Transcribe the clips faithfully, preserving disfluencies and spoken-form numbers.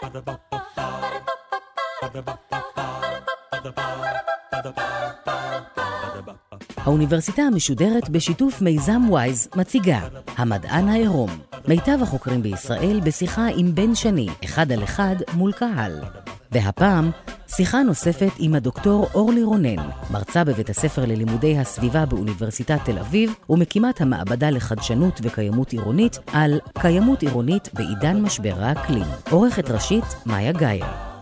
האוניברסיטה המשודרת בשיתוף מיזם וויז מציגה המדען העירום. מיטב החוקרים בישראל בשיחה עם בן שני, אחד על אחד מול קהל. והפעם, שיחה נוספת עם הדוקטור אורלי רונן, מרצה בבית הספר ללימודי הסביבה באוניברסיטת תל אביב, ומקימת המעבדה לחדשנות וקיימות עירונית על קיימות עירונית בעידן משבר האקלים. עורכת ראשית, מאיה גייר.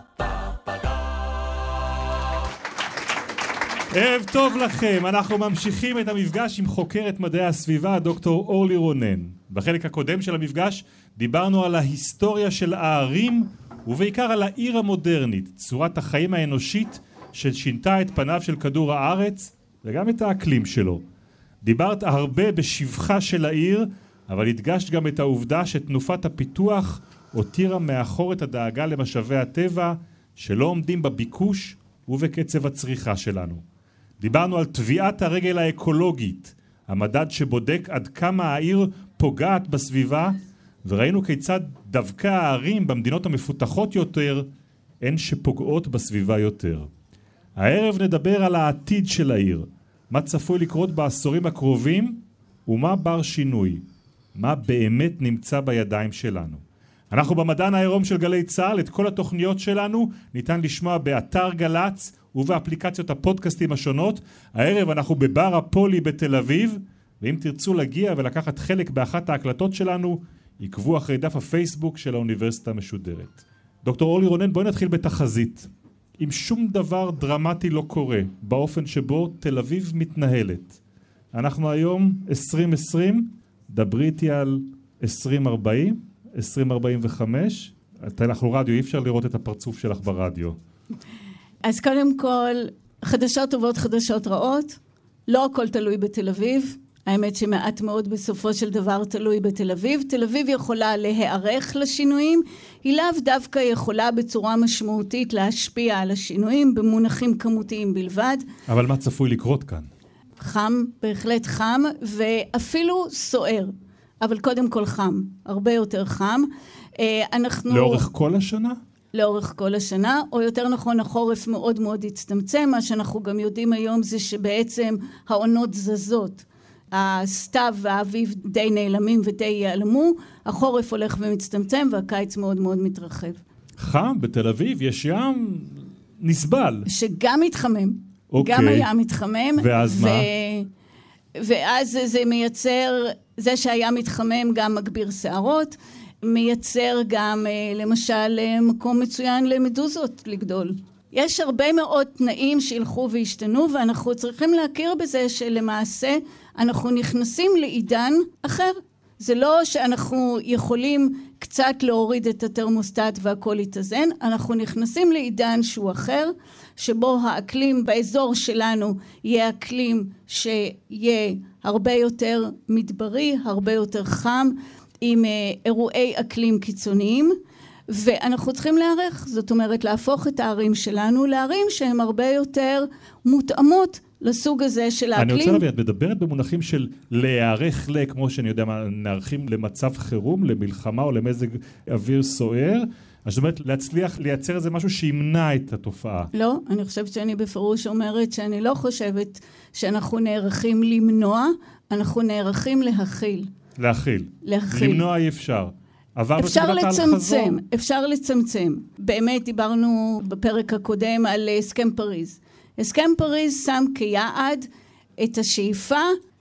ערב טוב לכם, אנחנו ממשיכים את המפגש עם חוקרת מדעי הסביבה, דוקטור אורלי רונן. בחלק הקודם של המפגש דיברנו על ההיסטוריה של הערים, ובעיקר על העיר המודרנית, צורת החיים האנושית ששינתה את פניו של כדור הארץ, וגם את האקלים שלו. דיברת הרבה בשבחה של העיר, אבל הדגשת גם את העובדה שתנופת הפיתוח הותירה מאחור את הדאגה למשאבי הטבע, שלא עומדים בביקוש ובקצב הצריכה שלנו. דיברנו על טביעת הרגל האקולוגית, המדד שבודק עד כמה העיר פוגעת בסביבה, וראינו כיצד דווקא הערים במדינות המפותחות יותר הן שפוגעות בסביבה יותר. הערב נדבר על העתיד של העיר, מה צפוי לקרות בעשורים הקרובים ומה בר שינוי, מה באמת נמצא בידיים שלנו. אנחנו במדען העירום של גלי צהל, את כל התוכניות שלנו ניתן לשמוע באתר גלץ ובאפליקציות הפודקאסטים השונות. הערב אנחנו בבר הפולי בתל אביב, ואם תרצו להגיע ולקחת חלק באחת ההקלטות שלנו, עקבו אחרי דף הפייסבוק של האוניברסיטה המשודרת. דוקטור אורלי רונן, בואי נתחיל בתחזית. אם שום דבר דרמטי לא קורה באופן שבו תל אביב מתנהלת, אנחנו היום עשרים עשרים, דברי איתי על עשרים ארבעים, עשרים ארבעים וחמש, אנחנו רדיו, אי אפשר לראות את הפרצוף שלך ברדיו. אז קודם כל, חדשות טובות, חדשות רעות, לא הכל תלוי בתל אביב, האמת שמעט מאוד בסופו של דבר תלוי בתל אביב. תל אביב יכולה להיערך לשינויים, היא לאו דווקא יכולה בצורה משמעותית להשפיע על השינויים במונחים כמותיים בלבד. אבל מה צפוי לקרות כאן? חם, בהחלט חם, ואפילו סוער. אבל קודם כל חם, הרבה יותר חם. אנחנו... לאורך כל השנה? לאורך כל השנה, או יותר נכון החורף מאוד מאוד הצטמצם. מה שאנחנו גם יודעים היום זה שבעצם העונות זזות. הסתיו והאביב די נעלמים ודי ייעלמו, החורף הולך ומצטמצם והקיץ מאוד מאוד מתרחב. חם בתל אביב, יש ים נסבל. שגם מתחמם. אוקיי. גם היה מתחמם. ואז ו... מה? ואז זה מייצר, זה שהיה מתחמם גם מגביר שערות, מייצר גם למשל מקום מצוין למדוזות לגדול. יש הרבה מאוד תנאים שילכו והשתנו, ואנחנו צריכים להכיר בזה שלמעשה אנחנו נכנסים לעידן אחר. זה לא שאנחנו יכולים קצת להוריד את התרמוסטט והכל יתאזן, אנחנו נכנסים לעידן שהוא אחר, שבו האקלים באזור שלנו יהיה אקלים שיהיה הרבה יותר מדברי, הרבה יותר חם, עם אירועי אקלים קיצוניים, ואנחנו צריכים להערך, זאת אומרת להפוך את הערים שלנו לערים שהן הרבה יותר מותאמות לסוג הזה של האקלים. אני רוצה להבין, את מדברת במונחים של להיערך ל, כמו שאני יודע מה, נערכים למצב חירום, למלחמה או למזג אוויר סוער, זאת אומרת להצליח לייצר איזה משהו שימנע את התופעה. לא, אני חושבת שאני בפירוש אומרת שאני לא חושבת שאנחנו נערכים למנוע, אנחנו נערכים להכיל. להכיל. להכיל. למנוע אי אפשר. אפשר לצמצם, אפשר לצמצם. באמת דיברנו בפרק הקודם על הסכם פריז. הסכם פריז שם כיעד את השאיפה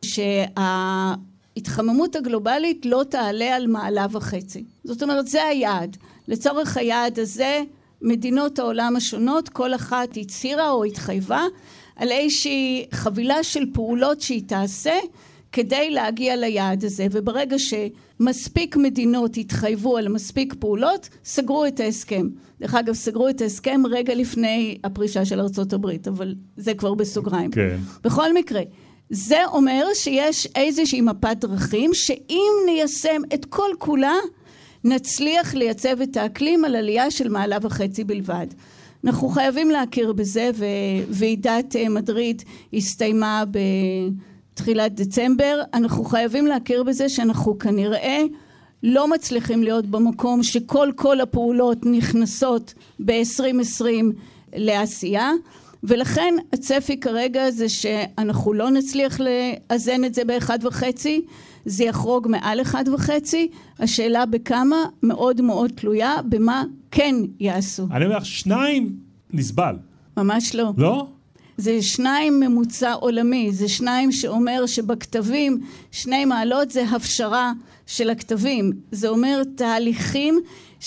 שההתחממות הגלובלית לא תעלה על מעלה וחצי. זאת אומרת, זה היעד. לצורך היעד הזה, מדינות העולם השונות, כל אחת הצהירה או התחייבה על איזושהי חבילה של פעולות שהיא תעשה כדי להגיע ליעד הזה, וברגע שמספיק מדינות התחייבו על מספיק פעולות, סגרו את ההסכם. דרך אגב, סגרו את ההסכם רגע לפני הפרישה של ארצות הברית, אבל זה כבר בסוגריים. כן. בכל מקרה, זה אומר שיש איזושהי מפת דרכים, שאם ניישם את כל כולה, נצליח לייצב את האקלים על עלייה של מעלה וחצי בלבד. אנחנו חייבים להכיר בזה, וועידת מדריד הסתיימה בתחילת דצמבר. אנחנו חייבים להכיר בזה שאנחנו כנראה לא מצליחים להיות במקום שכל כל הפעולות נכנסות ב-עשרים עשרים לעשייה, ולכן הצפי כרגע זה שאנחנו לא נצליח לאזן את זה באחד וחצי, זה יחרוג מעל אחד וחצי, השאלה בכמה מאוד מאוד תלויה במה כן יעשו. אני אומר, שניים נסבל. ממש לא. לא? זה שניים ממוצע עולמי, זה שניים שאומר שבכתבים שני מעלות זה הפשרה של הכתבים. זה אומר תהליכים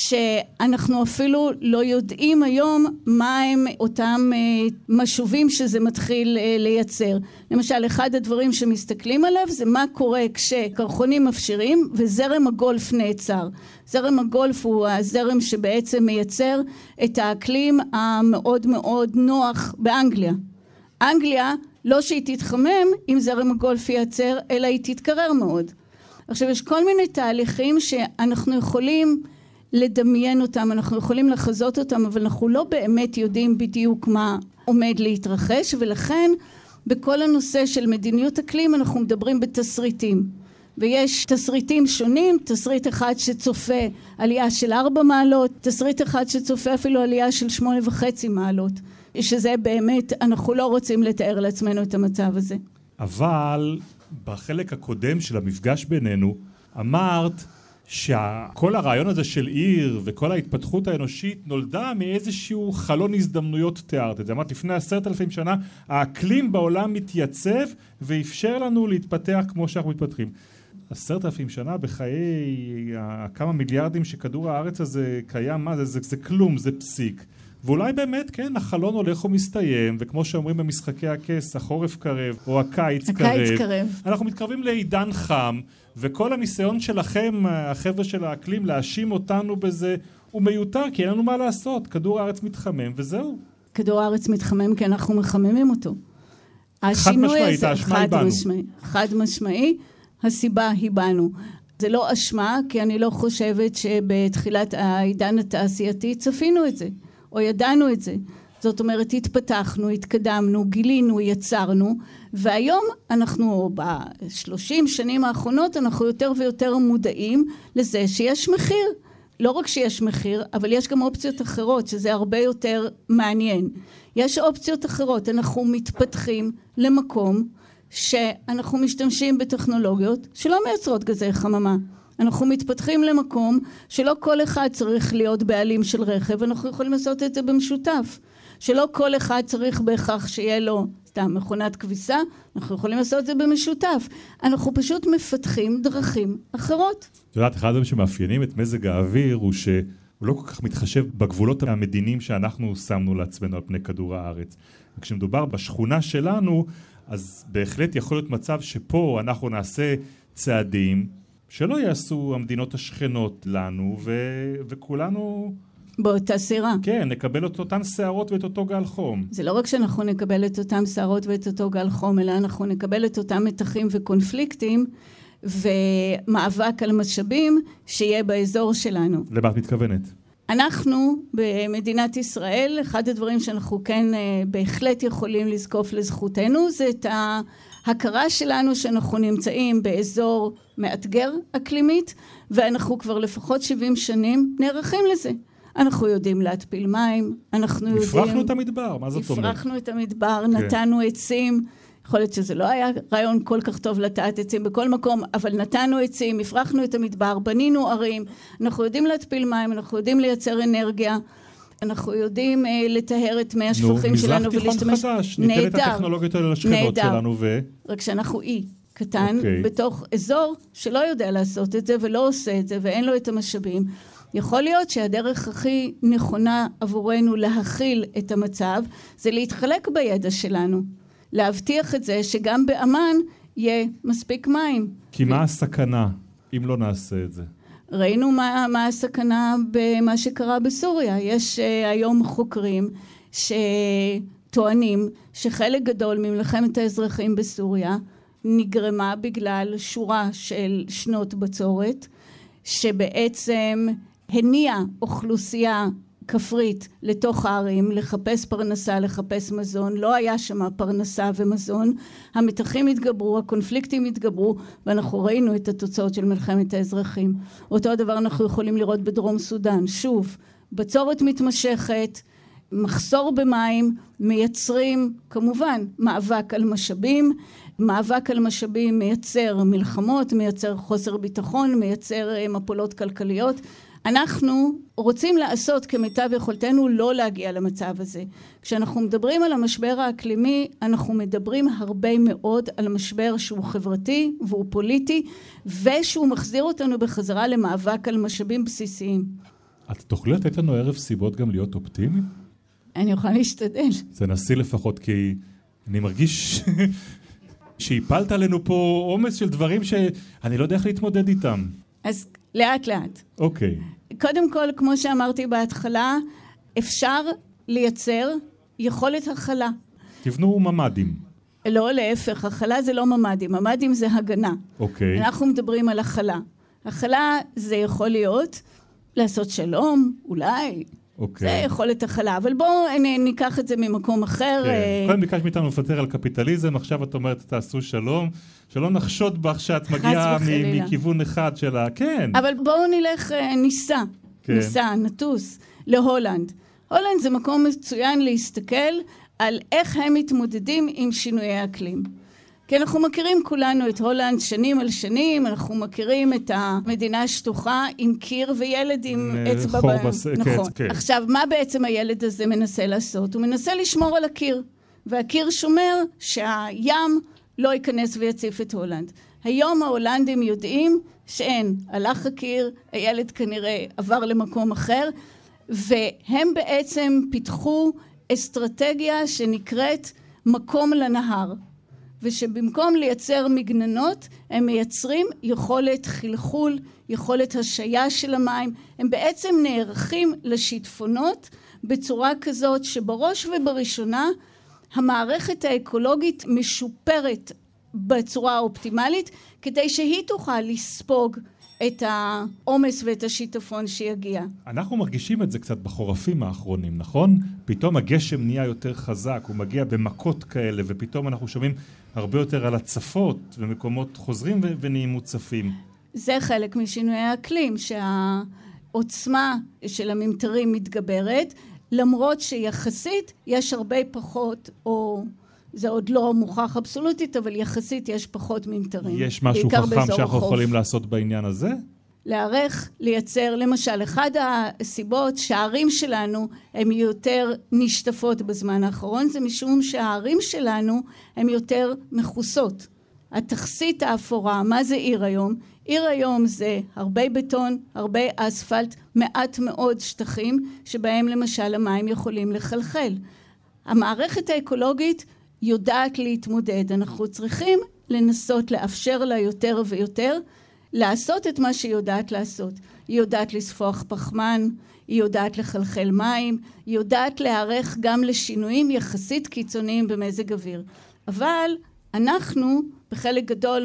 שאנחנו אפילו לא יודעים היום מה הם אותם משובים שזה מתחיל לייצר. למשל, אחד הדברים שמסתכלים עליו זה מה קורה כשקרחונים מפשירים וזרם הגולף נעצר. זרם הגולף הוא הזרם שבעצם מייצר את האקלים המאוד מאוד נוח באנגליה. אנגליה לא שהיא תתחמם אם זרם הגולף ייצר, אלא היא תתקרר מאוד. עכשיו יש כל מיני תהליכים שאנחנו יכולים לדמיין אותם, אנחנו יכולים לחזות אותם, אבל אנחנו לא באמת יודעים בדיוק מה עומד להתרחש, ולכן בכל הנושא של מדיניות אקלים אנחנו מדברים בתסריטים. ויש תסריטים שונים, תסריט אחד שצופה עלייה של ארבע מעלות, תסריט אחד שצופה אפילו עלייה של שמונה וחצי מעלות. שזה באמת, אנחנו לא רוצים לתאר לעצמנו את המצב הזה. אבל בחלק הקודם של המפגש בינינו, אמרת שכל הרעיון הזה של עיר וכל ההתפתחות האנושית נולדה מאיזשהו חלון הזדמנויות, תיארת את זה. אמרת, לפני עשרת אלפים שנה, האקלים בעולם מתייצב ואפשר לנו להתפתח כמו שאנחנו מתפתחים. עשרת אלפים שנה בחיי כמה מיליארדים שכדור הארץ הזה קיים, מה זה? זה, זה כלום, זה פסיק. ואולי באמת, כן, החלון הולך ומסתיים, וכמו שאומרים במשחקי הכס, החורף קרב, או הקיץ קרב. הקיץ קרב. אנחנו מתקרבים לעידן חם, וכל הניסיון שלכם, החבר'ה של האקלים, להאשים אותנו בזה, הוא מיותר, כי אין לנו מה לעשות. כדור הארץ מתחמם, וזהו. כדור הארץ מתחמם, כי אנחנו מחממים אותו. חד משמעית, האשמה היא בנו. חד משמעי, הסיבה היא בנו. זה לא אשמה, כי אני לא חושבת שבתחילת העידן התעשייתי צפינו את זה. או ידענו את זה. זאת אומרת, התפתחנו, התקדמנו, גילינו, יצרנו, והיום אנחנו, בשלושים שנים האחרונות, אנחנו יותר ויותר מודעים לזה שיש מחיר. לא רק שיש מחיר, אבל יש גם אופציות אחרות, שזה הרבה יותר מעניין. יש אופציות אחרות, אנחנו מתפתחים למקום שאנחנו משתמשים בטכנולוגיות שלא מייצרות גזי חממה. אנחנו מתפתחים למקום שלא כל אחד צריך להיות בעלים של רכב, אנחנו יכולים לעשות את זה במשותף. שלא כל אחד צריך בהכרח שיהיה לו סתם מכונת כביסה, אנחנו יכולים לעשות את זה במשותף. אנחנו פשוט מפתחים דרכים אחרות. את יודעת, אחד הדברים שמאפיינים את מזג האוויר הוא שהוא לא כל כך מתחשב בגבולות המדיניים שאנחנו שמנו לעצמנו על פני כדור הארץ. וכשמדובר בשכונה שלנו, אז בהחלט יכול להיות מצב שפה אנחנו נעשה צעדים שלא יעשו המדינות השכנות לנו, ו- וכולנו באותה סירה. כן, נקבל את אותן שערות ואת אותו גל חום. זה לא רק שאנחנו נקבל את אותן שערות ואת אותו גל חום, אלא אנחנו נקבל את אותם מתחים וקונפליקטים, ומאבק על משאבים שיהיה באזור שלנו. למה את מתכוונת? אנחנו במדינת ישראל, אחד הדברים שאנחנו כן בהחלט יכולים לזקוף לזכותנו, זה את ההכרה שלנו שאנחנו נמצאים באזור מאתגר אקלימית, ואנחנו כבר לפחות שבעים שנים נערכים לזה. אנחנו יודעים להתפיל מים, אנחנו יודעים... הפרחנו את המדבר, מה זאת אומרת? הפרחנו את המדבר, כן. נתנו עצים, יכול להיות שזה לא היה רעיון כל כך טוב לטעת עצים בכל מקום, אבל נתנו עצים, הפרחנו את המדבר, בנינו ערים, אנחנו יודעים להתפיל מים, אנחנו יודעים לייצר אנרגיה, אנחנו יודעים אה, לטהר את מי השפכים נו, שלנו ולהשתמש... נו, מזרח תיכון חדש, ניתן את הטכנולוגיות האלה לשכנות שלנו ו... רק שאנחנו אי קטן, okay. בתוך אזור שלא יודע לעשות את זה ולא עושה את זה ואין לו את המשאבים, יכול להיות שהדרך הכי נכונה עבורנו להכיל את המצב, זה להתחלק בידע שלנו. להבטיח את זה שגם באמן יהיה מספיק מים. כי מה הסכנה אם לא נעשה את זה? ראינו מה, מה הסכנה במה שקרה בסוריה. יש uh, היום חוקרים שטוענים שחלק גדול ממלחמת האזרחים בסוריה נגרמה בגלל שורה של שנות בצורת, שבעצם הניעה אוכלוסייה כפרית לתוך הערים, לחפש פרנסה, לחפש מזון. לא היה שם פרנסה ומזון. המתחים התגברו, הקונפליקטים התגברו, ואנחנו ראינו את התוצאות של מלחמת האזרחים. אותו הדבר אנחנו יכולים לראות בדרום סודן. שוב, בצורת מתמשכת, מחסור במים, מייצרים כמובן מאבק על משאבים. מאבק על משאבים מייצר מלחמות, מייצר חוסר ביטחון, מייצר מפולות כלכליות. אנחנו רוצים לעשות כמיטב יכולתנו לא להגיע למצב הזה. כשאנחנו מדברים על המשבר האקלימי, אנחנו מדברים הרבה מאוד על משבר שהוא חברתי והוא פוליטי, ושהוא מחזיר אותנו בחזרה למאבק על משאבים בסיסיים. את תוכלי לתת לנו ערב סיבות גם להיות אופטימיים? אני יכולה להשתדל. תנסי לפחות, כי אני מרגיש שהפלת עלינו פה עומס של דברים שאני לא יודע איך להתמודד איתם. אז לאט לאט. אוקיי. קודם כל, כמו שאמרתי בהתחלה, אפשר לייצר יכולת הכלה. תבנו ממדים. לא, להפך, הכלה זה לא ממדים, ממדים זה הגנה. אוקיי. אנחנו מדברים על הכלה. הכלה זה יכול להיות לעשות שלום, אולי. אוקיי. זה יכולת הכלה, אבל בואו ניקח את זה ממקום אחר. כן, קודם ביקשת מאיתנו לפטר על קפיטליזם, עכשיו את אומרת תעשו שלום, שלא נחשוד בך שאת מגיעה מכיוון אחד שלה, כן. אבל בואו נלך, ניסע, כן. ניסע, נטוס להולנד. הולנד זה מקום מצוין להסתכל על איך הם מתמודדים עם שינויי אקלים. כי אנחנו מכירים כולנו את הולנד שנים על שנים, אנחנו מכירים את המדינה השטוחה עם קיר וילד עם אצבע בהם. נכון. כן. עכשיו, מה בעצם הילד הזה מנסה לעשות? הוא מנסה לשמור על הקיר, והקיר שומר שהים לא ייכנס ויציף את הולנד. היום ההולנדים יודעים שאין, הלך הקיר, הילד כנראה עבר למקום אחר, והם בעצם פיתחו אסטרטגיה שנקראת מקום לנהר. ושבמקום לייצר מגננות, הם מייצרים יכולת חלחול, יכולת השיה של המים. הם בעצם נערכים לשיטפונות בצורה כזאת שבראש ובראשונה המערכת האקולוגית משופרת בצורה האופטימלית, כדי שהיא תוכל לספוג את העומס ואת השיטפון שיגיע. אנחנו מרגישים את זה קצת בחורפים האחרונים, נכון? פתאום הגשם נהיה יותר חזק, הוא מגיע במכות כאלה, ופתאום אנחנו שומעים הרבה יותר על הצפות, ומקומות חוזרים ו- ונהיים מוצפים. זה חלק משינויי האקלים, שהעוצמה של הממטרים מתגברת, למרות שיחסית יש הרבה פחות, או זה עוד לא מוכח אבסולוטית, אבל יחסית יש פחות ממטרים. יש משהו חכם שאנחנו יכולים לעשות בעניין הזה? לערך, לייצר, למשל, אחד הסיבות שהערים שלנו הן יותר נשטפות בזמן האחרון, זה משום שהערים שלנו הן יותר מחוסות. התכסית האפורה, מה זה עיר היום? עיר היום זה הרבה בטון, הרבה אספלט, מעט מאוד שטחים, שבהם למשל המים יכולים לחלחל. המערכת האקולוגית יודעת להתמודד. אנחנו צריכים לנסות לאפשר לה יותר ויותר, לעשות את מה שהיא יודעת לעשות. היא יודעת לספוח פחמן, היא יודעת לחלחל מים, היא יודעת להיערך גם לשינויים יחסית קיצוניים במזג אוויר. אבל אנחנו, בחלק גדול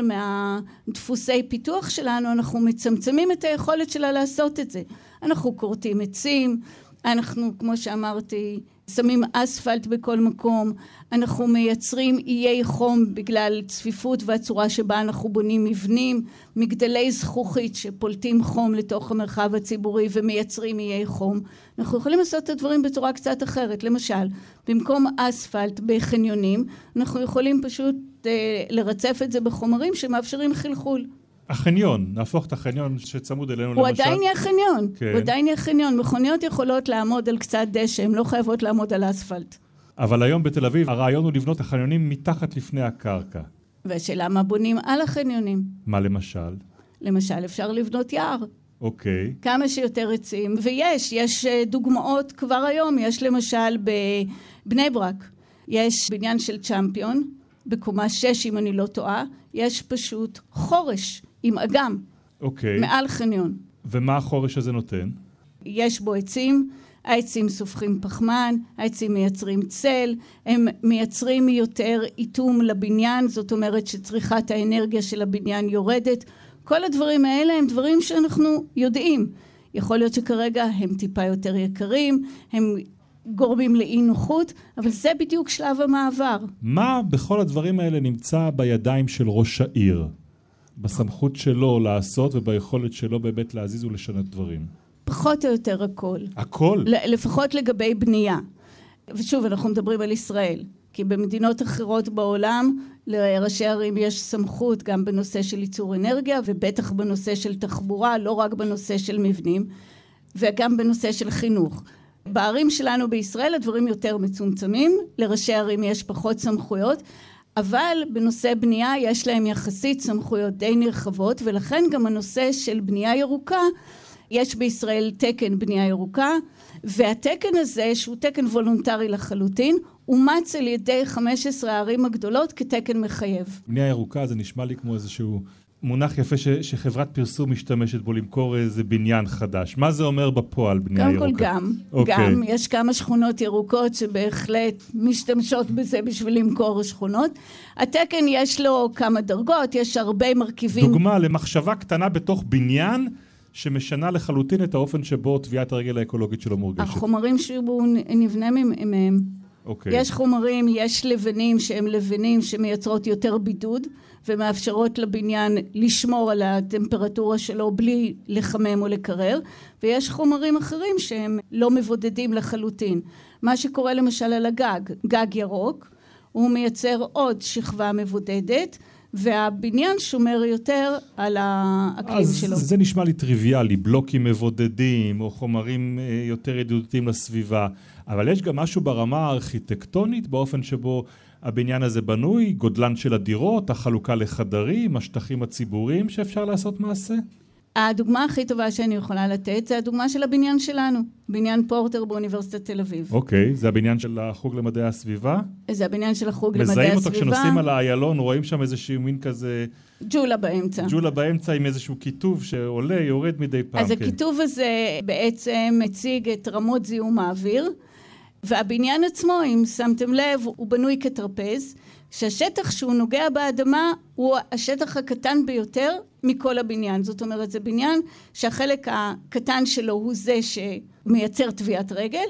מהדפוסי פיתוח שלנו, אנחנו מצמצמים את היכולת שלה לעשות את זה. אנחנו כורתים עצים, אנחנו, כמו שאמרתי, שמים אספלט בכל מקום, אנחנו מייצרים איי חום בגלל צפיפות והצורה שבה אנחנו בונים מבנים, מגדלי זכוכית שפולטים חום לתוך המרחב הציבורי ומייצרים איי חום. אנחנו יכולים לעשות את הדברים בצורה קצת אחרת. למשל, במקום אספלט בחניונים, אנחנו יכולים פשוט אה, לרצף את זה בחומרים שמאפשרים חלחול. החניון, נהפוך את החניון שצמוד אלינו הוא למשל. עדיין יהיה חניון, כן. הוא עדיין יהיה חניון. מכוניות יכולות לעמוד על קצת דשא, הן לא חייבות לעמוד על אספלט. אבל היום בתל אביב הרעיון הוא לבנות החניונים מתחת לפני הקרקע. והשאלה מה בונים על החניונים. מה למשל? למשל אפשר לבנות יער. אוקיי. כמה שיותר עצים, ויש, יש דוגמאות כבר היום, יש למשל בבני ברק, יש בניין של צ'מפיון, בקומה שש אם אני לא טועה, יש פשוט חורש עם אגם, אוקיי. מעל חניון. ומה החורש הזה נותן? יש בו עצים, העצים סופחים פחמן, העצים מייצרים צל, הם מייצרים יותר איתום לבניין, זאת אומרת שצריכת האנרגיה של הבניין יורדת. כל הדברים האלה הם דברים שאנחנו יודעים. יכול להיות שכרגע הם טיפה יותר יקרים, הם גורמים לאי נוחות, אבל זה בדיוק שלב המעבר. מה בכל הדברים האלה נמצא בידיים של ראש העיר? בסמכות שלו לעשות וביכולת שלו באמת להזיז ולשנות דברים? פחות או יותר הכל. הכל? לפחות לגבי בנייה. ושוב, אנחנו מדברים על ישראל, כי במדינות אחרות בעולם לראשי ערים יש סמכות גם בנושא של ייצור אנרגיה, ובטח בנושא של תחבורה, לא רק בנושא של מבנים, וגם בנושא של חינוך. בערים שלנו בישראל הדברים יותר מצומצמים, לראשי ערים יש פחות סמכויות, אבל בנושא בנייה יש להם יחסית סמכויות די נרחבות, ולכן גם הנושא של בנייה ירוקה, יש בישראל תקן בנייה ירוקה, והתקן הזה, שהוא תקן וולונטרי לחלוטין, אומץ על ידי חמש עשרה הערים הגדולות כתקן מחייב. בנייה ירוקה זה נשמע לי כמו איזשהו מונח יפה ש, שחברת פרסום משתמשת בו למכור איזה בניין חדש. מה זה אומר בפועל בנייה גם ירוקה? כל גם, okay. גם. יש כמה שכונות ירוקות שבהחלט משתמשות בזה בשביל למכור שכונות. התקן יש לו כמה דרגות, יש הרבה מרכיבים. דוגמה למחשבה קטנה בתוך בניין שמשנה לחלוטין את האופן שבו טביעת הרגל האקולוגית שלו מורגשת. החומרים שהוא נבנה מהם. Okay. יש חומרים, יש לבנים שהם לבנים שמייצרות יותר בידוד ומאפשרות לבניין לשמור על הטמפרטורה שלו בלי לחמם או לקרר, ויש חומרים אחרים שהם לא מבודדים לחלוטין. מה שקורה למשל על הגג, גג ירוק, הוא מייצר עוד שכבה מבודדת, והבניין שומר יותר על האקלים שלו. אז זה נשמע לי טריוויאלי, בלוקים מבודדים או חומרים יותר ידידותיים לסביבה, אבל יש גם משהו ברמה הארכיטקטונית, באופן שבו הבניין הזה בנוי, גודלן של הדירות, החלוקה לחדרים, השטחים הציבוריים שאפשר לעשות מעשה? הדוגמה הכי טובה שאני יכולה לתת זה הדוגמה של הבניין שלנו, בניין פורטר באוניברסיטת תל אביב. אוקיי, זה הבניין של החוג למדעי הסביבה? זה הבניין של החוג למדעי הסביבה. הסביבה. מזהים אותו כשנוסעים על האיילון, רואים שם איזשהו מין כזה... ג'ולה באמצע. ג'ולה באמצע עם איזשהו כיתוב שעולה, יורד מדי פעם. אז כן. הכיתוב הזה בעצם מציג את רמות זיהום האוויר, והבניין עצמו, אם שמתם לב, הוא בנוי כטרפז, שהשטח שהוא נוגע באדמה הוא השטח הקטן ביותר מכל הבניין. זאת אומרת, זה בניין שהחלק הקטן שלו הוא זה שמייצר טביעת רגל,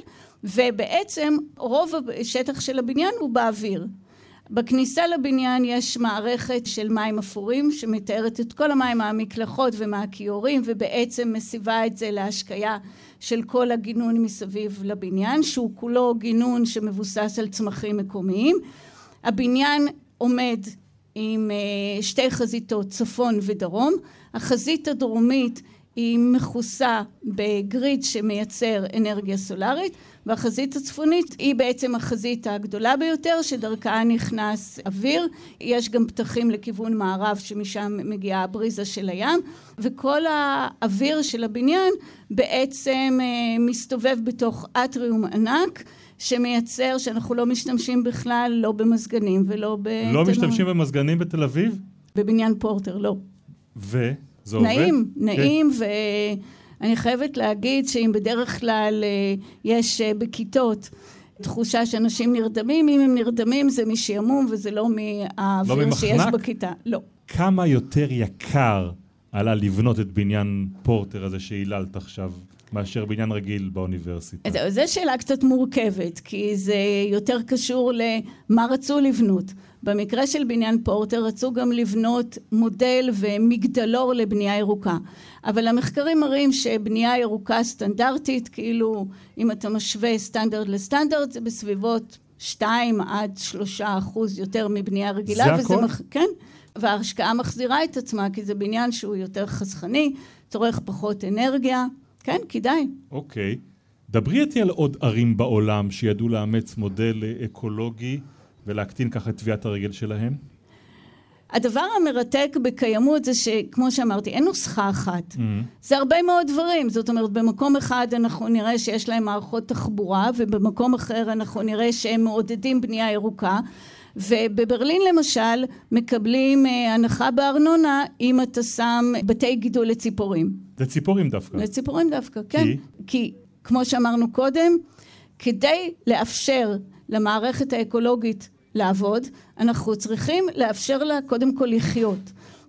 ובעצם רוב השטח של הבניין הוא באוויר. בכניסה לבניין יש מערכת של מים אפורים שמתארת את כל המים מהמקלחות ומהכיורים, ובעצם מסיבה את זה להשקיה של כל הגינון מסביב לבניין, שהוא כולו גינון שמבוסס על צמחים מקומיים. הבניין עומד עם שתי חזיתות, צפון ודרום. החזית הדרומית היא מכוסה בגריד שמייצר אנרגיה סולארית, והחזית הצפונית היא בעצם החזית הגדולה ביותר שדרכה נכנס אוויר. יש גם פתחים לכיוון מערב שמשם מגיעה הבריזה של הים, וכל האוויר של הבניין בעצם מסתובב בתוך אטריום ענק שמייצר שאנחנו לא משתמשים בכלל לא במזגנים ולא ב... לא משתמשים במזגנים בתל אביב? בבניין פורטר, לא. ו? זה עובד? נעים, נעים, ואני חייבת להגיד שאם בדרך כלל יש בכיתות תחושה שאנשים נרדמים, אם הם נרדמים זה משעמום וזה לא מהאוויר לא שיש בכיתה. לא. כמה יותר יקר עלה לבנות את בניין פורטר הזה שהיללת עכשיו, מאשר בניין רגיל באוניברסיטה? זו שאלה קצת מורכבת, כי זה יותר קשור למה רצו לבנות. במקרה של בניין פורטר רצו גם לבנות מודל ומגדלור לבנייה ירוקה. אבל המחקרים מראים שבנייה ירוקה סטנדרטית, כאילו אם אתה משווה סטנדרט לסטנדרט, זה בסביבות שתיים עד שלושה אחוז יותר מבנייה רגילה. זה וזה הכל? מח... כן, וההשקעה מחזירה את עצמה, כי זה בניין שהוא יותר חסכני, צורך פחות אנרגיה. כן, כדאי. אוקיי. דברי איתי על עוד ערים בעולם שידעו לאמץ מודל אקולוגי ולהקטין ככה את טביעת הרגל שלהם? הדבר המרתק בקיימות זה שכמו שאמרתי, אין נוסחה אחת. Mm-hmm. זה הרבה מאוד דברים. זאת אומרת, במקום אחד אנחנו נראה שיש להם מערכות תחבורה, ובמקום אחר אנחנו נראה שהם מעודדים בנייה ירוקה. ובברלין למשל מקבלים הנחה בארנונה אם אתה שם בתי גידול לציפורים. לציפורים דווקא? לציפורים דווקא, כן. כי? כי כמו שאמרנו קודם, כדי לאפשר למערכת האקולוגית לעבוד, אנחנו צריכים לאפשר לה קודם כל לחיות.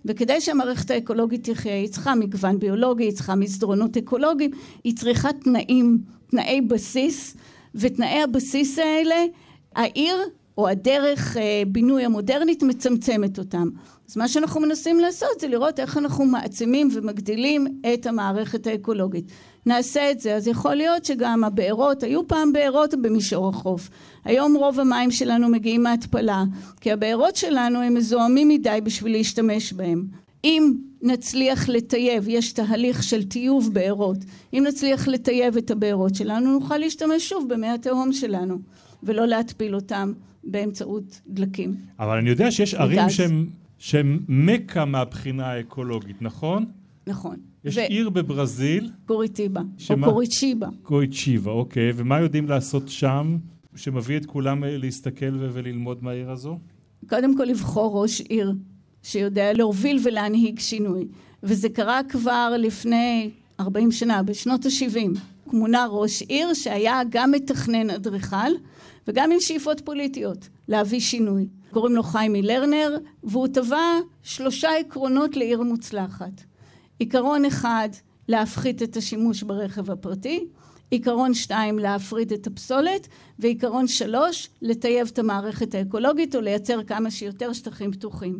וכדי שהמערכת האקולוגית תחיה, היא צריכה מגוון ביולוגי, היא צריכה מסדרונות אקולוגיים, היא צריכה תנאים, תנאי בסיס, ותנאי הבסיס האלה, העיר או הדרך בינוי המודרנית מצמצמת אותם. אז מה שאנחנו מנסים לעשות זה לראות איך אנחנו מעצימים ומגדילים את המערכת האקולוגית. נעשה את זה, אז יכול להיות שגם הבארות, היו פעם בארות במישור החוף. היום רוב המים שלנו מגיעים מהתפלה, כי הבארות שלנו הם מזוהמים מדי בשביל להשתמש בהם. אם נצליח לטייב, יש תהליך של טיוב בארות, אם נצליח לטייב את הבארות שלנו, נוכל להשתמש שוב במי התהום שלנו, ולא להתפיל אותם באמצעות דלקים. אבל אני יודע שיש ערים שהם, שהם מקה מהבחינה האקולוגית, נכון? נכון. יש ו... עיר בברזיל. קוריטיבה, שמה... או קוריצ'יבה. קוריצ'יבה, אוקיי. ומה יודעים לעשות שם, שמביא את כולם להסתכל ו- וללמוד מהעיר הזו? קודם כל לבחור ראש עיר, שיודע להוביל ולהנהיג שינוי. וזה קרה כבר לפני ארבעים שנה, בשנות ה-שבעים. מונה ראש עיר שהיה גם מתכנן אדריכל, וגם עם שאיפות פוליטיות, להביא שינוי. קוראים לו חיימי לרנר, והוא טבע שלושה עקרונות לעיר מוצלחת. עיקרון אחד, להפחית את השימוש ברכב הפרטי, עיקרון שתיים, להפריד את הפסולת, ועיקרון שלוש, לטייב את המערכת האקולוגית או לייצר כמה שיותר שטחים פתוחים.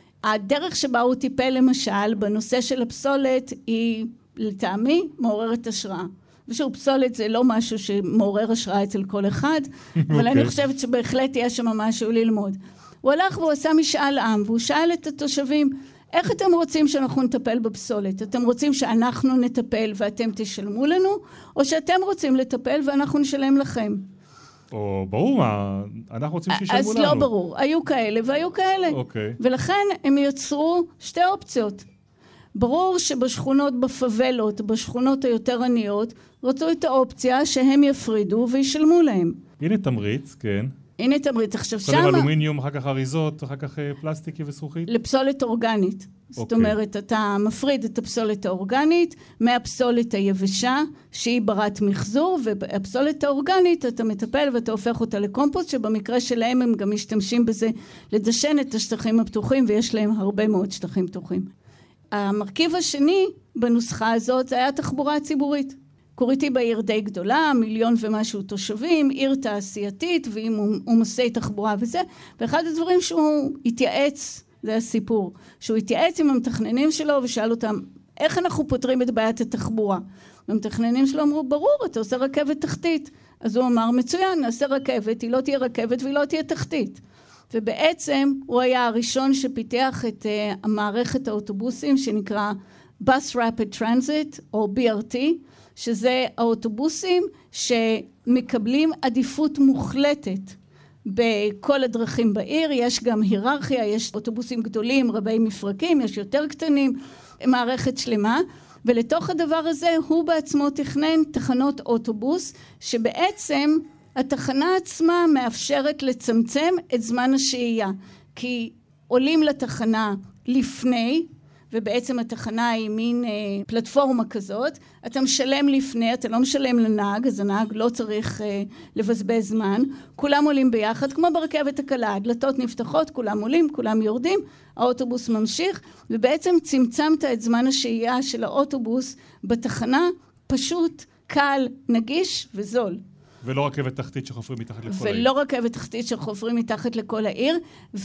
הדרך שבה הוא טיפל למשל בנושא של הפסולת היא לטעמי מעוררת השראה. ושוב, פסולת זה לא משהו שמעורר השראה אצל כל אחד, אבל אני חושבת שבהחלט יש שם משהו ללמוד. הוא הלך והוא עשה משאל עם, והוא שאל את התושבים, איך אתם רוצים שאנחנו נטפל בפסולת? אתם רוצים שאנחנו נטפל ואתם תשלמו לנו, או שאתם רוצים לטפל ואנחנו נשלם לכם? או ברור מה, אנחנו רוצים שישלמו לנו. אז לא ברור, היו כאלה והיו כאלה. אוקיי. ולכן הם יצרו שתי אופציות. ברור שבשכונות בפאבלות, בשכונות היותר עניות, רצו את האופציה שהם יפרידו וישלמו להם. הנה תמריץ, כן. הנה תמריץ. עכשיו שמה... קודם אלומיניום, אחר כך אריזות, אחר כך פלסטיקי וזכוכית? לפסולת אורגנית. Okay. זאת אומרת, אתה מפריד את הפסולת האורגנית מהפסולת היבשה, שהיא ברת מחזור, והפסולת האורגנית אתה מטפל ואתה הופך אותה לקומפוסט, שבמקרה שלהם הם גם משתמשים בזה לדשן את השטחים הפתוחים, ויש להם הרבה מאוד שטחים פתוחים. המרכיב השני בנוסחה הזאת זה היה תחבורה ציבורית. קוריטיבה עיר די גדולה, מיליון ומשהו תושבים, עיר תעשייתית ועם עומסי תחבורה וזה, ואחד הדברים שהוא התייעץ, זה הסיפור, שהוא התייעץ עם המתכננים שלו ושאל אותם, איך אנחנו פותרים את בעיית התחבורה? והמתכננים שלו אמרו, ברור, אתה עושה רכבת תחתית. אז הוא אמר, מצוין, נעשה רכבת, היא לא תהיה רכבת והיא לא תהיה תחתית. ובעצם הוא היה הראשון שפיתח את uh, המערכת האוטובוסים שנקרא Bus Rapid Transit או בי אר טי, שזה האוטובוסים שמקבלים עדיפות מוחלטת בכל הדרכים בעיר. יש גם היררכיה, יש אוטובוסים גדולים, רבי מפרקים, יש יותר קטנים, מערכת שלמה, ולתוך הדבר הזה הוא בעצמו תכנן תחנות אוטובוס, שבעצם התחנה עצמה מאפשרת לצמצם את זמן השהייה, כי עולים לתחנה לפני, ובעצם התחנה היא מין אה, פלטפורמה כזאת, אתה משלם לפני, אתה לא משלם לנהג, אז הנהג לא צריך אה, לבזבז זמן, כולם עולים ביחד, כמו ברכבת הקלה, הדלתות נפתחות, כולם עולים, כולם יורדים, האוטובוס ממשיך, ובעצם צמצמת את זמן השהייה של האוטובוס בתחנה, פשוט, קל, נגיש וזול. ולא רכבת תחתית שחופרים מתחת לכל העיר. ולא רכבת תחתית שחופרים מתחת לכל העיר,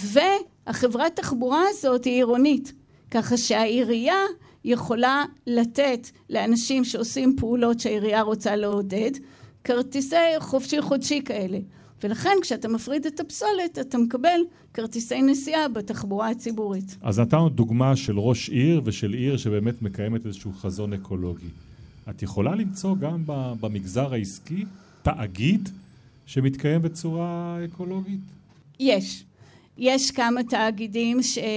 והחברת תחבורה הזאת היא עירונית. ככה שהעירייה יכולה לתת לאנשים שעושים פעולות שהעירייה רוצה לעודד, כרטיסי חופשי חודשי כאלה. ולכן כשאתה מפריד את הפסולת, אתה מקבל כרטיסי נסיעה בתחבורה הציבורית. אז נתנו דוגמה של ראש עיר ושל עיר שבאמת מקיימת איזשהו חזון אקולוגי. את יכולה למצוא גם במגזר העסקי תאגיד שמתקיים בצורה אקולוגית? יש. יש כמה תאגידים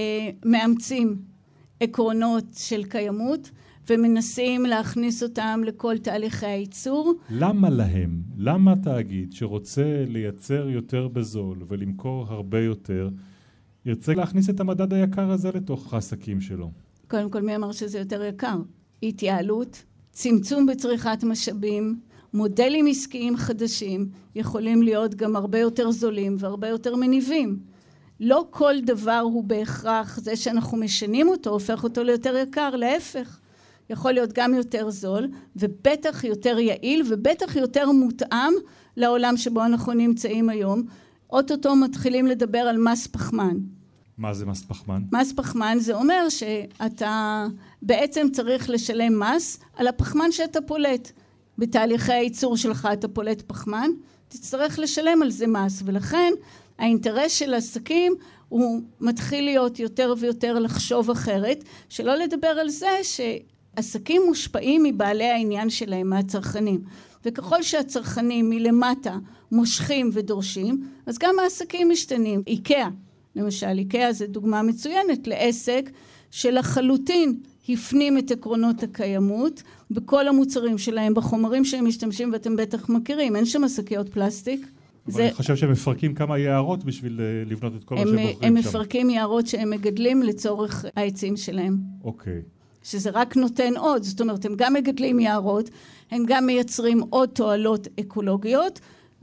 שמאמצים עקרונות של קיימות ומנסים להכניס אותם לכל תהליכי הייצור. למה להם? למה תאגיד שרוצה לייצר יותר בזול ולמכור הרבה יותר, ירצה להכניס את המדד היקר הזה לתוך העסקים שלו? קודם כל, מי אמר שזה יותר יקר? התייעלות, צמצום בצריכת משאבים, מודלים עסקיים חדשים יכולים להיות גם הרבה יותר זולים והרבה יותר מניבים. לא כל דבר הוא בהכרח זה שאנחנו משנים אותו, הופך אותו ליותר יקר, להפך. יכול להיות גם יותר זול, ובטח יותר יעיל, ובטח יותר מותאם לעולם שבו אנחנו נמצאים היום. אוטוטו מתחילים לדבר על מס פחמן. מה זה מס פחמן? מס פחמן זה אומר שאתה בעצם צריך לשלם מס על הפחמן שאתה פולט. בתהליכי הייצור שלך אתה פולט פחמן, תצטרך לשלם על זה מס, ולכן האינטרס של עסקים הוא מתחיל להיות יותר ויותר לחשוב אחרת, שלא לדבר על זה שעסקים מושפעים מבעלי העניין שלהם, מהצרכנים. וככל שהצרכנים מלמטה מושכים ודורשים, אז גם העסקים משתנים. איקאה, למשל, איקאה זה דוגמה מצוינת לעסק שלחלוטין הפנים את עקרונות הקיימות בכל המוצרים שלהם, בחומרים שהם משתמשים, ואתם בטח מכירים, אין שם שקיות פלסטיק. אבל זה... אני חושב שהם מפרקים כמה יערות בשביל לבנות את כל הם, מה שהם בוחרים הם שם. הם מפרקים יערות שהם מגדלים לצורך העצים שלהם. אוקיי. שזה רק נותן עוד, זאת אומרת, הם גם מגדלים יערות, הם גם מייצרים עוד תועלות אקולוגיות,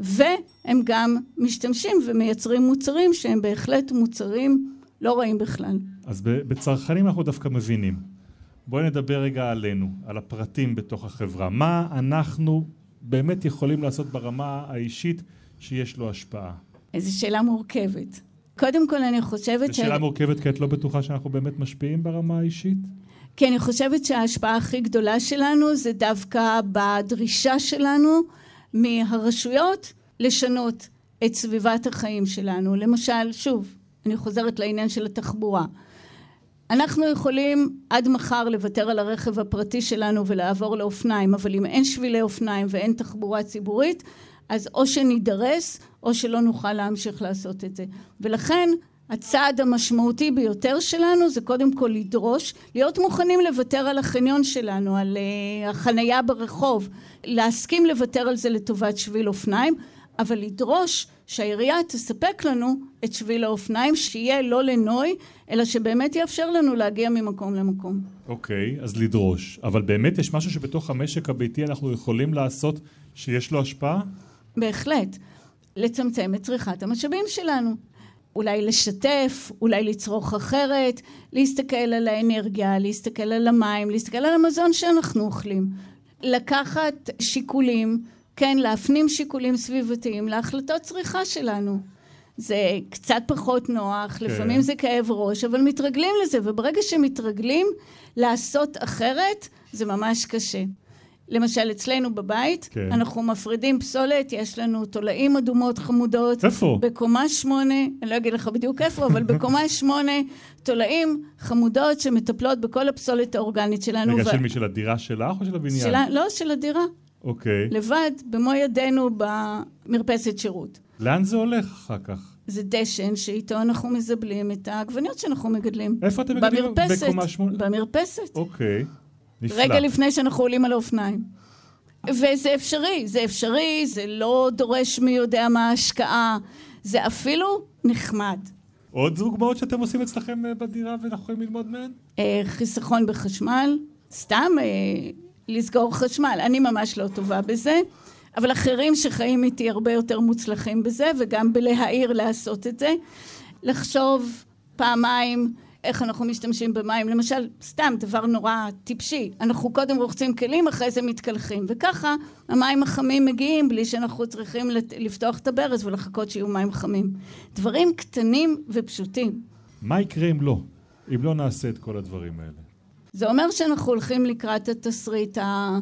והם גם משתמשים ומייצרים מוצרים שהם בהחלט מוצרים לא רעים בכלל. אז בצרכנים אנחנו דווקא מבינים. בואי נדבר רגע עלינו, על הפרטים בתוך החברה. מה אנחנו באמת יכולים לעשות ברמה האישית שיש לו השפעה? איזו שאלה מורכבת. קודם כל אני חושבת... זו שאלה מורכבת כי את לא בטוחה שאנחנו באמת משפיעים ברמה האישית? כי אני חושבת שההשפעה הכי גדולה שלנו זה דווקא בדרישה שלנו מהרשויות לשנות את סביבת החיים שלנו. למשל, שוב, אני חוזרת לעניין של התחבורה. אנחנו יכולים עד מחר לוותר על הרכב הפרטי שלנו ולעבור לאופניים, אבל אם אין שבילי אופניים ואין תחבורה ציבורית, אז או שנידרס או שלא נוכל להמשיך לעשות את זה. ולכן הצעד המשמעותי ביותר שלנו זה קודם כל לדרוש, להיות מוכנים לוותר על החניון שלנו, על uh, החנייה ברחוב, להסכים לוותר על זה לטובת שביל אופניים, אבל לדרוש שהעירייה תספק לנו את שביל האופניים, שיהיה לא לנוי, אלא שבאמת יאפשר לנו להגיע ממקום למקום. אוקיי, אז לדרוש. אבל באמת יש משהו שבתוך המשק הביתי אנחנו יכולים לעשות שיש לו השפעה? בהחלט. לצמצם את צריכת המשאבים שלנו. אולי לשתף, אולי לצרוך אחרת, להסתכל על האנרגיה, להסתכל על המים, להסתכל על המזון שאנחנו אוכלים. לקחת שיקולים, כן, להפנים שיקולים סביבתיים להחלטות צריכה שלנו. זה קצת פחות נוח, כן. לפעמים זה כאב ראש, אבל מתרגלים לזה, וברגע שמתרגלים לעשות אחרת, זה ממש קשה. למשל, אצלנו בבית, כן. אנחנו מפרידים פסולת, יש לנו תולעים אדומות חמודות. איפה? בקומה שמונה, אני לא אגיד לך בדיוק איפה, אבל בקומה שמונה, תולעים חמודות שמטפלות בכל הפסולת האורגנית שלנו. רגע, ו... של מי? של הדירה שלך או של הבניין? של... לא, של הדירה. אוקיי. לבד, במו ידינו, במרפסת שירות. לאן זה הולך אחר כך? זה דשן שאיתו אנחנו מזבלים את העגבניות שאנחנו מגדלים. איפה אתם מגדלים? במרפסת. בקומה שמונה? במרפסת. אוקיי. נפלא. רגע לפני שאנחנו עולים על האופניים. וזה אפשרי, זה אפשרי, זה לא דורש מי יודע מה ההשקעה, זה אפילו נחמד. עוד דוגמאות שאתם עושים אצלכם בדירה ואנחנו יכולים ללמוד מהן? חיסכון בחשמל, סתם לסגור חשמל, אני ממש לא טובה בזה, אבל אחרים שחיים איתי הרבה יותר מוצלחים בזה, וגם בלהעיר לעשות את זה, לחשוב פעמיים, איך אנחנו משתמשים במים, למשל, סתם דבר נורא טיפשי, אנחנו קודם רוחצים כלים, אחרי זה מתקלחים, וככה המים החמים מגיעים בלי שאנחנו צריכים לפתוח את הברז ולחכות שיהיו מים חמים. דברים קטנים ופשוטים. מה יקרה אם לא? אם לא נעשה את כל הדברים האלה? זה אומר שאנחנו הולכים לקראת התסריט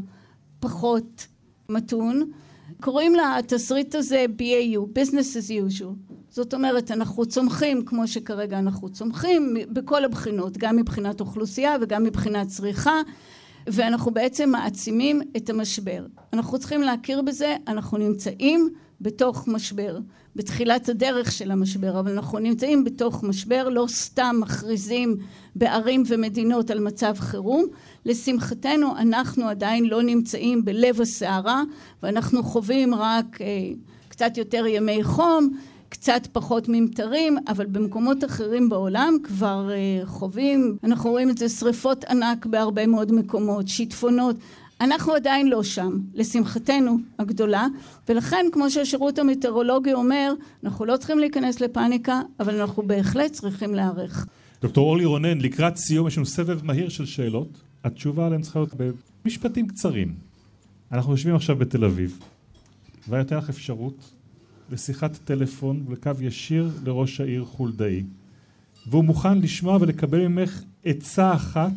הפחות מתון, קוראים לה התסריט הזה בי איי יו, Business as usual. זאת אומרת, אנחנו צומחים כמו שכרגע אנחנו צומחים, בכל הבחינות, גם מבחינת אוכלוסייה וגם מבחינת צריכה, ואנחנו בעצם מעצימים את המשבר. אנחנו צריכים להכיר בזה, אנחנו נמצאים בתוך משבר, בתחילת הדרך של המשבר, אבל אנחנו נמצאים בתוך משבר, לא סתם מכריזים בערים ומדינות על מצב חירום. לשמחתנו, אנחנו עדיין לא נמצאים בלב הסערה, ואנחנו חווים רק אה, קצת יותר ימי חום, קצת פחות ממטרים, אבל במקומות אחרים בעולם כבר uh, חווים, אנחנו רואים את זה שריפות ענק בהרבה מאוד מקומות, שיטפונות, אנחנו עדיין לא שם, לשמחתנו הגדולה, ולכן כמו שהשירות המטאורולוגי אומר, אנחנו לא צריכים להיכנס לפאניקה, אבל אנחנו בהחלט צריכים להיערך. דוקטור אורלי רונן, לקראת סיום יש לנו סבב מהיר של שאלות. התשובה עליהן צריכה להיות במשפטים קצרים. אנחנו יושבים עכשיו בתל אביב, והייתה לך אפשרות לשיחת טלפון ולקו ישיר לראש העיר חולדאי, והוא מוכן לשמוע ולקבל ממך עצה אחת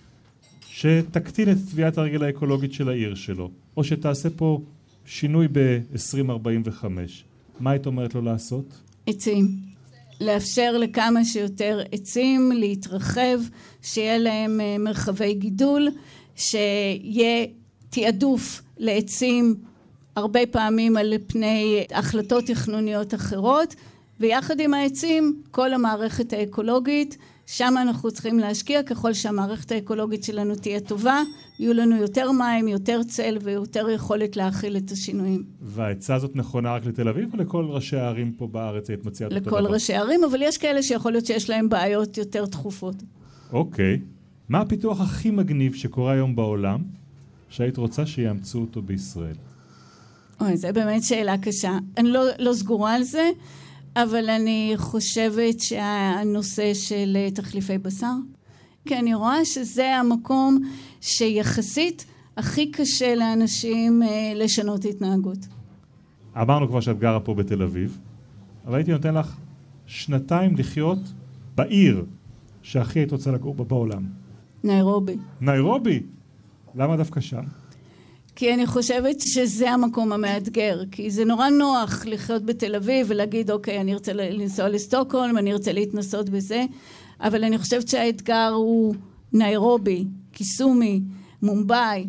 שתקטין את תביעת הרגל האקולוגית של העיר שלו, או שתעשה פה שינוי ב-עשרים ארבעים וחמש. מה היית אומרת לו לעשות? עצים. לאפשר לכמה שיותר עצים להתרחב, שיהיה להם מרחבי גידול, שיהיה תעדוף לעצים הרבה פעמים על פני החלטות תכנוניות אחרות, ויחד עם העצים, כל המערכת האקולוגית, שם אנחנו צריכים להשקיע. ככל שהמערכת האקולוגית שלנו תהיה טובה, יהיו לנו יותר מים, יותר צל ויותר יכולת להכיל את השינויים. והעצה הזאת נכונה רק לתל אביב או לכל ראשי הערים פה בארץ היית מציעה? לכל ראשי הערים, אבל יש כאלה שיכול להיות שיש להם בעיות יותר דחופות. אוקיי. מה הפיתוח הכי מגניב שקורה היום בעולם, שהיית רוצה שיאמצו אותו בישראל? אוי, זו באמת שאלה קשה. אני לא, לא סגורה על זה, אבל אני חושבת שהנושא של תחליפי בשר, כי אני רואה שזה המקום שיחסית הכי קשה לאנשים לשנות התנהגות. אמרנו כבר שאת גרה פה בתל אביב, אבל הייתי נותן לך שנתיים לחיות בעיר שהכי היית רוצה לגור בה בעולם. ניירובי. ניירובי? למה דווקא שם? כי אני חושבת שזה המקום המאתגר, כי זה נורא נוח לחיות בתל אביב ולהגיד, אוקיי, אני ארצה לנסוע לסטוקהולם, אני ארצה להתנסות בזה, אבל אני חושבת שהאתגר הוא ניירובי, קיסומי, מומבאי,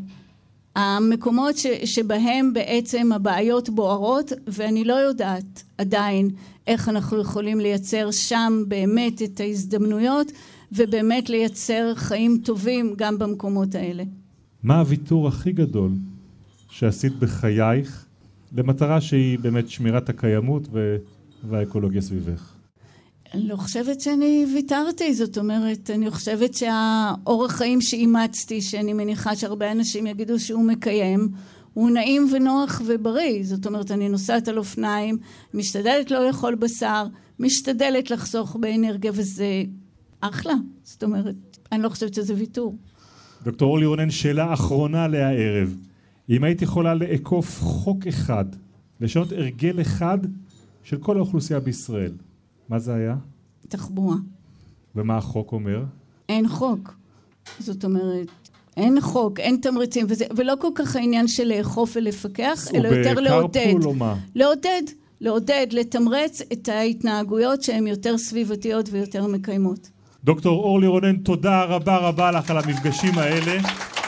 המקומות ש, שבהם בעצם הבעיות בוערות, ואני לא יודעת עדיין איך אנחנו יכולים לייצר שם באמת את ההזדמנויות, ובאמת לייצר חיים טובים גם במקומות האלה. מה הוויתור הכי גדול שעשית בחייך למטרה שהיא באמת שמירת הקיימות והאקולוגיה סביבך? אני לא חושבת שאני ויתרתי, זאת אומרת, אני חושבת שהאורח חיים שאימצתי, שאני מניחה שהרבה אנשים יגידו שהוא מקיים, הוא נעים ונוח ובריא. זאת אומרת, אני נוסעת על אופניים, משתדלת לא לאכול בשר, משתדלת לחסוך באנרגיה, וזה אחלה. זאת אומרת, אני לא חושבת שזה ויתור. דוקטור אורלי רונן, שאלה אחרונה לערב. אם היית יכולה לעקוף חוק אחד, לשנות הרגל אחד של כל האוכלוסייה בישראל, מה זה היה? תחבורה. ומה החוק אומר? אין חוק. זאת אומרת, אין חוק, אין תמריצים, וזה, ולא כל כך העניין של לאכוף ולפקח, אלא יותר לעודד. ובקרפול או מה? לעודד, לעודד, לתמרץ את ההתנהגויות שהן יותר סביבתיות ויותר מקיימות. דוקטור אורלי רונן, תודה רבה רבה לך על המפגשים האלה.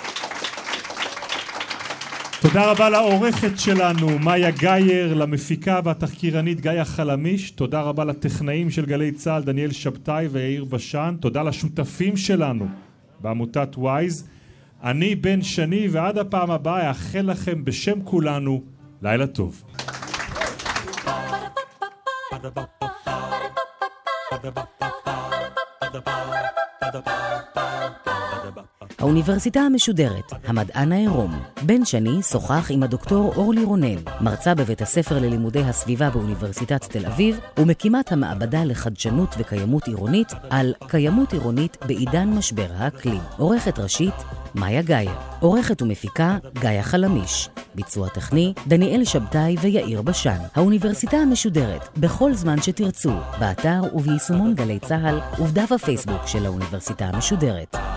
תודה רבה לעורכת שלנו, מאיה גייר, למפיקה והתחקירנית גאיה חלמיש. תודה רבה לטכנאים של גלי צהל, דניאל שבתאי ויאיר בשן. תודה לשותפים שלנו בעמותת וויז. אני בן שני, ועד הפעם הבאה אאחל לכם בשם כולנו לילה טוב. האוניברסיטה המשודרת, המדען העירום. בן שני שוחח עם הדוקטור אורלי רונן, מרצה בבית הספר ללימודי הסביבה באוניברסיטת תל אביב, ומקימת המעבדה לחדשנות וקיימות עירונית על קיימות עירונית בעידן משבר האקלים. עורכת ראשית, מאיה גייר. עורכת ומפיקה, גאיה חלמיש. ביצוע טכני, דניאל שבתאי ויאיר בשן. האוניברסיטה המשודרת, בכל זמן שתרצו, באתר וביישומון גלי צהל ובדף הפייסבוק של האוניברסיטה המשודרת.